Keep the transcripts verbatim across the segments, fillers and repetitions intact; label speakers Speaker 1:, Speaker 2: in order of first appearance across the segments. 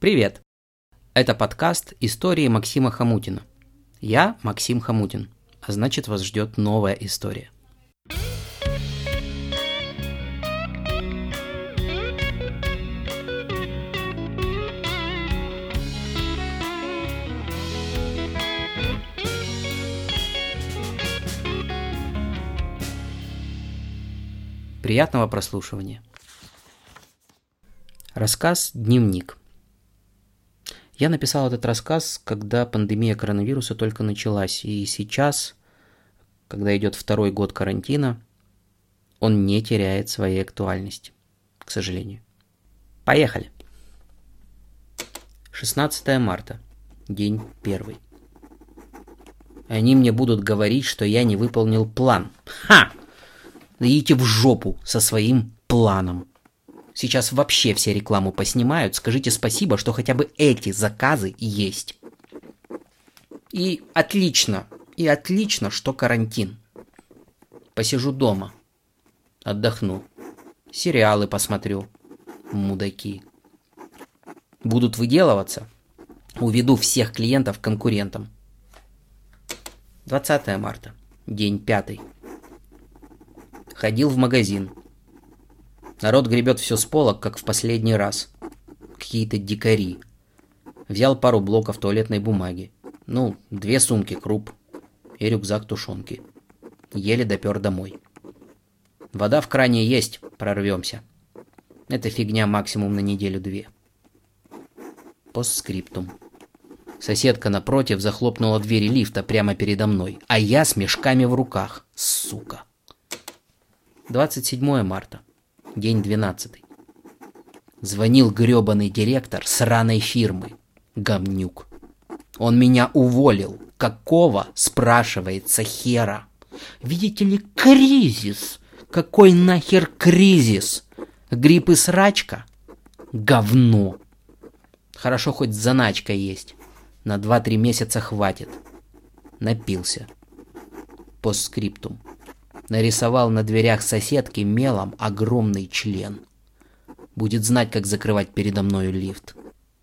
Speaker 1: Привет! Это подкаст «Истории Максима Хомутина». Я Максим Хомутин, а значит, вас ждет новая история. Приятного прослушивания. Рассказ «Дневник». Я написал этот рассказ, когда пандемия коронавируса только началась, и сейчас, когда идет второй год карантина, он не теряет своей актуальности, к сожалению. Поехали! шестнадцатое марта, день первый. Они мне будут говорить, что я не выполнил план. Ха! Да идите в жопу со своим планом. Сейчас вообще все рекламу поснимают. Скажите спасибо, что хотя бы эти заказы есть. И отлично, и отлично, что карантин. Посижу дома, отдохну, сериалы посмотрю, мудаки. Будут выделываться, уведу всех клиентов к конкурентам. двадцатое марта, день пятый. Ходил в магазин. Народ гребет все с полок, как в последний раз. Какие-то дикари. Взял пару блоков туалетной бумаги. Ну, две сумки круп и рюкзак тушенки. Еле допер домой. Вода в кране есть, прорвемся. Это фигня максимум на неделю-две. Постскриптум. Соседка напротив захлопнула двери лифта прямо передо мной, а я с мешками в руках. Сука. двадцать седьмое марта. День двенадцатый. Звонил грёбаный директор сраной фирмы. Гомнюк. Он меня уволил. Какого, спрашивается, хера? Видите ли, кризис. Какой нахер кризис? Грипп и срачка? Говно. Хорошо, хоть заначка есть. На два-три месяца хватит. Напился. Постскриптум. Нарисовал на дверях соседки мелом огромный член. Будет знать, как закрывать передо мною лифт.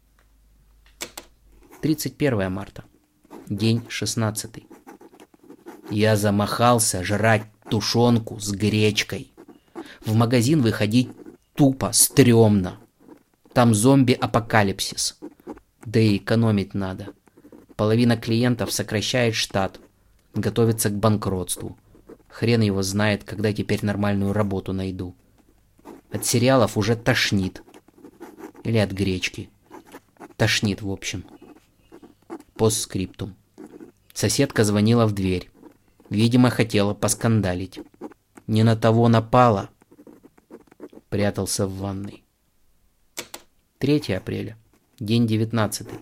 Speaker 1: тридцать первое марта. День шестнадцатый. Я замахался жрать тушенку с гречкой. В магазин выходить тупо, стрёмно. Там зомби-апокалипсис. Да и экономить надо. Половина клиентов сокращает штат. Готовится к банкротству. Хрен его знает, когда теперь нормальную работу найду. От сериалов уже тошнит. Или от гречки. Тошнит, в общем. Постскриптум. Соседка звонила в дверь. Видимо, хотела поскандалить. Не на того напала. Прятался в ванной. третье апреля. День девятнадцатый.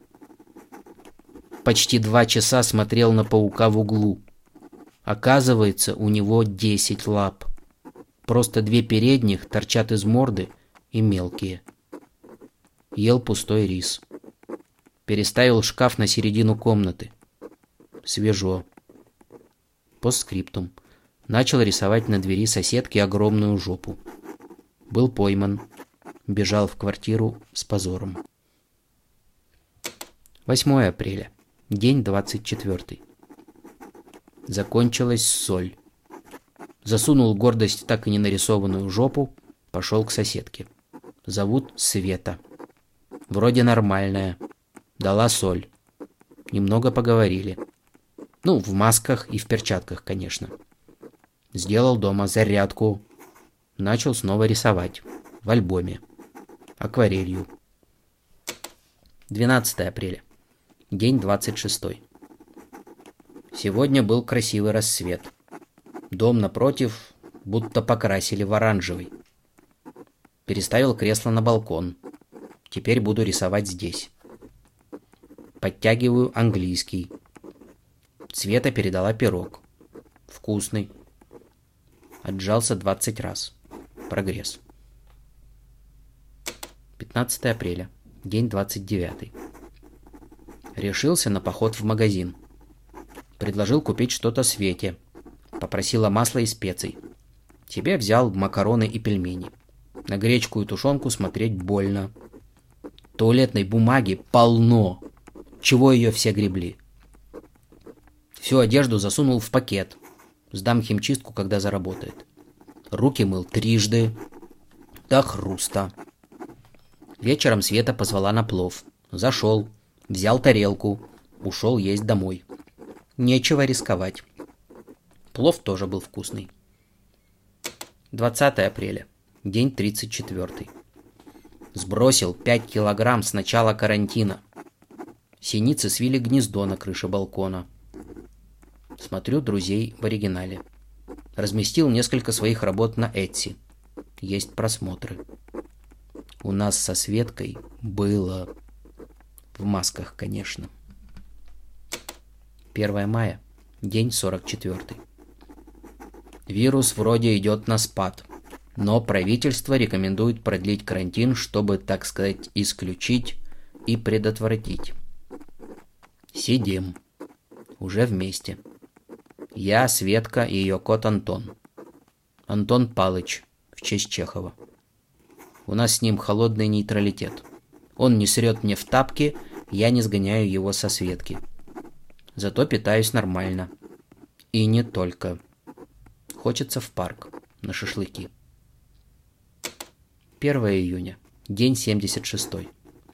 Speaker 1: Почти два часа смотрел на паука в углу. Оказывается, у него десять лап. Просто две передних торчат из морды и мелкие. Ел пустой рис. Переставил шкаф на середину комнаты. Свежо. Постскриптум. Начал рисовать на двери соседки огромную жопу. Был пойман. Бежал в квартиру с позором. восьмое апреля. День двадцать четвёртый. Закончилась соль. Засунул гордость так и не нарисованную жопу, пошел к соседке. Зовут Света. Вроде нормальная. Дала соль. Немного поговорили. Ну, в масках и в перчатках, конечно. Сделал дома зарядку. Начал снова рисовать. В альбоме. Акварелью. двенадцатое апреля. День двадцать шестой. Сегодня был красивый рассвет. Дом напротив будто покрасили в оранжевый. Переставил кресло на балкон. Теперь буду рисовать здесь. Подтягиваю английский. Света передала пирог. Вкусный. Отжался двадцать раз. Прогресс. пятнадцатое апреля. День двадцать девятый. Решился на поход в магазин. Предложил купить что-то Свете. Попросила масла и специй. Себе взял макароны и пельмени. На гречку и тушенку смотреть больно. Туалетной бумаги полно. Чего ее все гребли? Всю одежду засунул в пакет. Сдам химчистку, когда заработает. Руки мыл трижды. До хруста. Вечером Света позвала на плов. Зашел. Взял тарелку. Ушел есть домой. Нечего рисковать. Плов тоже был вкусный. двадцатое апреля. День тридцать четвёртый. Сбросил пять килограмм с начала карантина. Синицы свили гнездо на крыше балкона. Смотрю друзей в оригинале. Разместил несколько своих работ на Etsy. Есть просмотры. У нас со Светкой было... В масках, конечно. первое мая. День сорок четвёртый. Вирус вроде идет на спад. Но правительство рекомендует продлить карантин, чтобы, так сказать, исключить и предотвратить. Сидим. Уже вместе. Я, Светка и ее кот Антон. Антон Палыч, в честь Чехова. У нас с ним холодный нейтралитет. Он не срет мне в тапки, я не сгоняю его со Светки. Зато питаюсь нормально. И не только. Хочется в парк, на шашлыки. первое июня. День семьдесят шестой.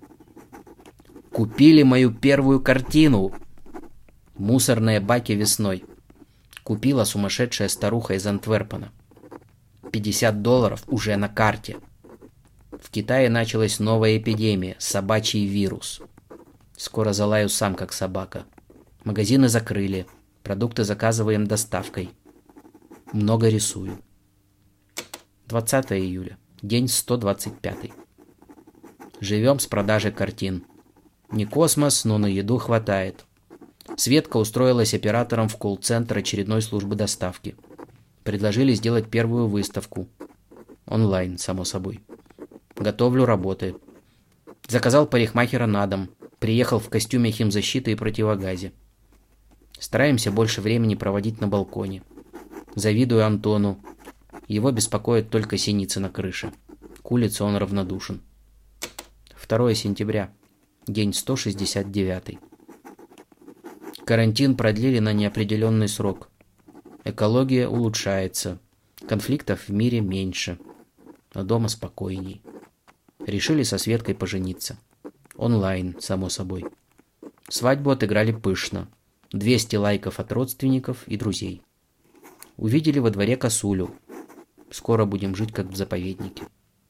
Speaker 1: Купили мою первую картину. Мусорные баки весной. Купила сумасшедшая старуха из Антверпена. пятьдесят долларов уже на карте. В Китае началась новая эпидемия, собачий вирус. Скоро залаю сам, как собака. Магазины закрыли, продукты заказываем доставкой. Много рисую. двадцатое июля. День сто двадцать пятый. Живем с продажи картин. Не космос, но на еду хватает. Светка устроилась оператором в колл-центр очередной службы доставки. Предложили сделать первую выставку. Онлайн, само собой. Готовлю работы. Заказал парикмахера на дом. Приехал в костюме химзащиты и противогазе. Стараемся больше времени проводить на балконе. Завидую Антону. Его беспокоят только синицы на крыше. К улице он равнодушен. второе сентября. День сто шестьдесят девятый. Карантин продлили на неопределенный срок. Экология улучшается. Конфликтов в мире меньше. А дома спокойней. Решили со Светкой пожениться. Онлайн, само собой. Свадьбу отыграли пышно. двести лайков от родственников и друзей. Увидели во дворе косулю. Скоро будем жить, как в заповеднике.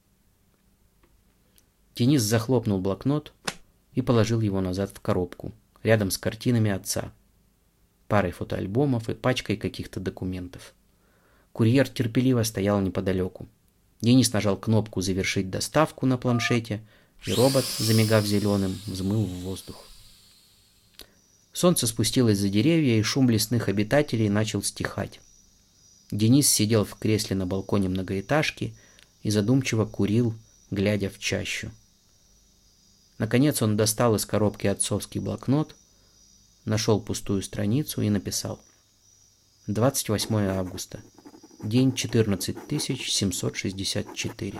Speaker 1: Денис захлопнул блокнот и положил его назад в коробку, рядом с картинами отца, парой фотоальбомов и пачкой каких-то документов. Курьер терпеливо стоял неподалеку. Денис нажал кнопку «Завершить доставку» на планшете, и робот, замигав зеленым, взмыл в воздух. Солнце спустилось за деревья, и шум лесных обитателей начал стихать. Денис сидел в кресле на балконе многоэтажки и задумчиво курил, глядя в чащу. Наконец он достал из коробки отцовский блокнот, нашел пустую страницу и написал: двадцать восьмое августа. День четырнадцать тысяч семьсот шестьдесят четыре.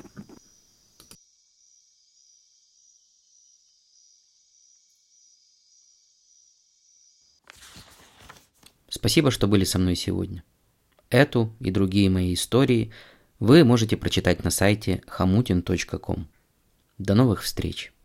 Speaker 1: Спасибо, что были со мной сегодня. Эту и другие мои истории вы можете прочитать на сайте хомутин точка ком. До новых встреч!